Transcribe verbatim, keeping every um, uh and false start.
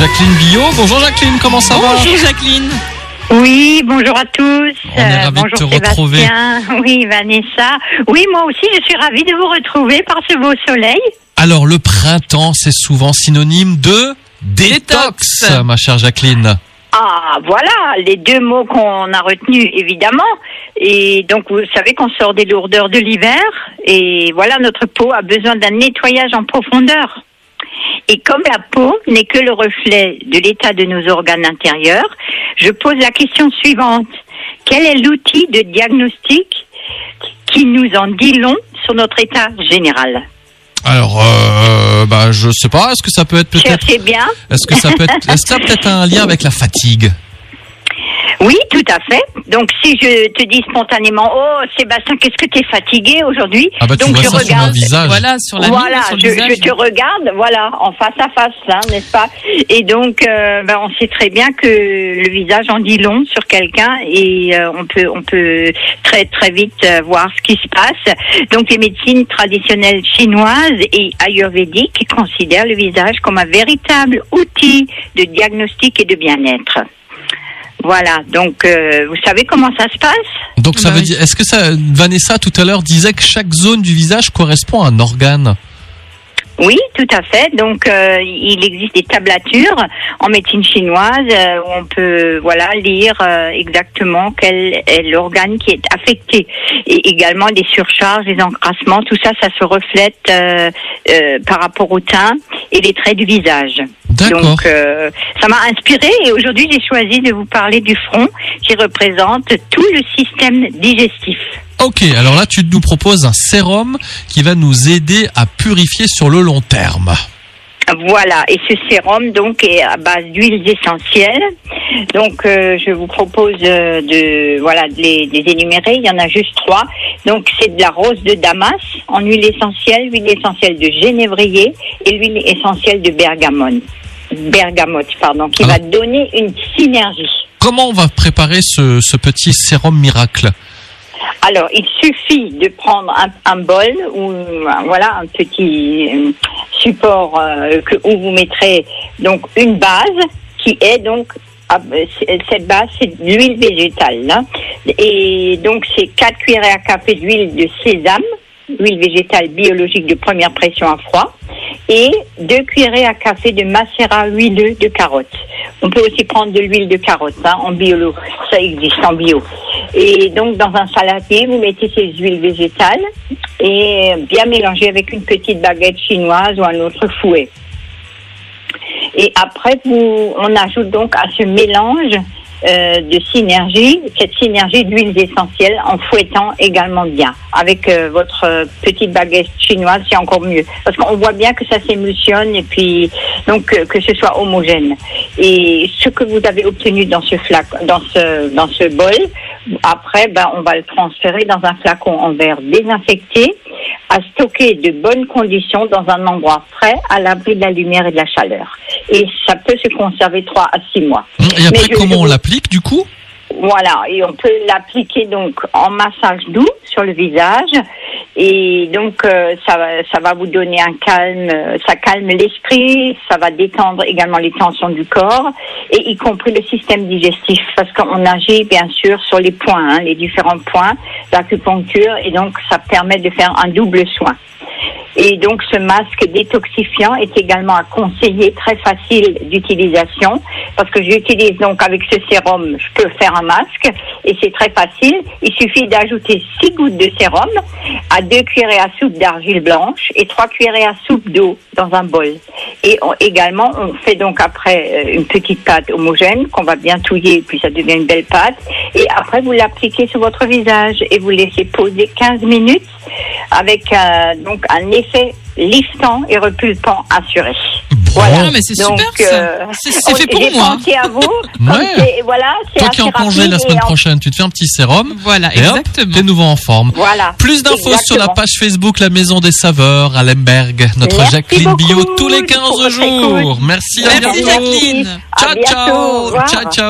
Jacqueline Billot. Bonjour Jacqueline, comment ça bonjour, va? Bonjour Jacqueline. Oui, bonjour à tous. On est ravis bonjour de te Sébastien. retrouver. Oui, Vanessa. Oui, moi aussi, je suis ravie de vous retrouver par ce beau soleil. Alors, le printemps, c'est souvent synonyme de détox, Détox. ma chère Jacqueline. Ah, voilà, les deux mots qu'on a retenus, évidemment. Et donc, vous savez qu'on sort des lourdeurs de l'hiver. Et voilà, notre peau a besoin d'un nettoyage en profondeur. Et comme la peau n'est que le reflet de l'état de nos organes intérieurs, je pose la question suivante. Quel est l'outil de diagnostic qui nous en dit long sur notre état général? Alors, euh, bah, je sais pas, est-ce que ça peut être peut-être... Cherchez bien. Est-ce que ça peut être... Est-ce que ça a peut-être un lien avec la fatigue? Oui, tout à fait. Donc, si je te dis spontanément, oh, Sébastien, qu'est-ce que tu es fatigué aujourd'hui? Ah bah tu Donc, vois je ça sur mon regarde. visage. Voilà, sur la Voilà, mine, sur le je, visage. je te regarde, voilà, en face à face, hein, n'est-ce pas? Et donc, euh, ben, on sait très bien que le visage en dit long sur quelqu'un et euh, on peut, on peut très, très vite euh, voir ce qui se passe. Donc, les médecines traditionnelles chinoises et ayurvédiques considèrent le visage comme un véritable outil de diagnostic et de bien-être. Voilà, donc euh, vous savez comment ça se passe? Donc ça Bah veut oui. dire... Est-ce que ça... Vanessa, tout à l'heure, disait que chaque zone du visage correspond à un organe? Oui, tout à fait. Donc, euh, il existe des tablatures en médecine chinoise euh, où on peut, voilà, lire euh, exactement quel est l'organe qui est affecté. Et également des surcharges, des encrassements, tout ça, ça se reflète euh, euh, par rapport au teint et les traits du visage. D'accord. Donc, euh, ça m'a inspiré et aujourd'hui, j'ai choisi de vous parler du front qui représente tout le système digestif. Ok, alors là, tu nous proposes un sérum qui va nous aider à purifier sur le long terme. Voilà, et ce sérum donc est à base d'huiles essentielles. Donc euh, je vous propose euh, de voilà de les, de les énumérer. Il y en a juste trois. Donc c'est de la rose de Damas en huile essentielle, l'huile essentielle de genévrier et l'huile essentielle de bergamote. Bergamote, pardon, qui Alors, va donner une synergie. Comment on va préparer ce, ce petit sérum miracle? Alors, il suffit de prendre un, un bol ou un- voilà un petit euh, support euh, que, où vous mettrez donc une base qui est donc ah, c'est- cette base c'est de l'huile végétale hein. Et donc c'est quatre cuillerées à café d'huile de sésame, huile végétale biologique de première pression à froid, et deux cuillerées à café de macérat huileux de carotte. On peut aussi prendre de l'huile de carotte hein, en bio, ça existe en bio. Et donc dans un saladier, vous mettez ces huiles végétales et bien mélanger avec une petite baguette chinoise ou un autre fouet. Et après, vous, on ajoute donc à ce mélange euh, de synergie, cette synergie d'huiles essentielles en fouettant également bien. Avec euh, votre euh, petite baguette chinoise, c'est encore mieux. Parce qu'on voit bien que ça s'émulsionne et puis donc euh, que ce soit homogène. Et ce que vous avez obtenu dans ce flacon, dans ce, dans ce bol, après, ben, on va le transférer dans un flacon en verre désinfecté, à stocker de bonnes conditions dans un endroit frais, à l'abri de la lumière et de la chaleur. Et ça peut se conserver trois à six mois. Et après, Mais je- comment je- on l'applique du coup? Voilà, et on peut l'appliquer donc en massage doux sur le visage. Et donc, euh, ça, va, ça va vous donner un calme, euh, ça calme l'esprit, ça va détendre également les tensions du corps, et y compris le système digestif, parce qu'on agit bien sûr sur les points, hein, les différents points d'acupuncture, et donc ça permet de faire un double soin. Et donc, ce masque détoxifiant est également à conseiller, très facile d'utilisation, parce que j'utilise donc avec ce sérum, je peux faire un masque, et c'est très facile. Il suffit d'ajouter six gouttes de sérum à deux cuillerées à soupe d'argile blanche et trois cuillerées à soupe d'eau dans un bol. Et on, également, on fait donc après euh, une petite pâte homogène qu'on va bien touiller, puis ça devient une belle pâte. Et après, vous l'appliquez sur votre visage et vous laissez poser quinze minutes avec euh, donc un effet liftant et repulpant assuré. Voilà. Ah, mais c'est Donc, super, ça. euh, C'est- c'est on- fait pour j'ai moi. pensé à vous. Comme Ouais. c'est- voilà, c'est Toi qui es assez en congé rapide la semaine et en- prochaine, tu te fais un petit sérum. Voilà, Et hop, exactement. t'es nouveau en forme. Voilà. Plus d'infos sur la Exactement. page Facebook La Maison des Saveurs à Lemberg. Notre Merci Jacqueline beaucoup Billot tous les pour quinze votre jours. écoute. Merci, à Merci, bientôt. Jacqueline. À Ciao, bientôt. Au ciao. revoir. Ciao, ciao.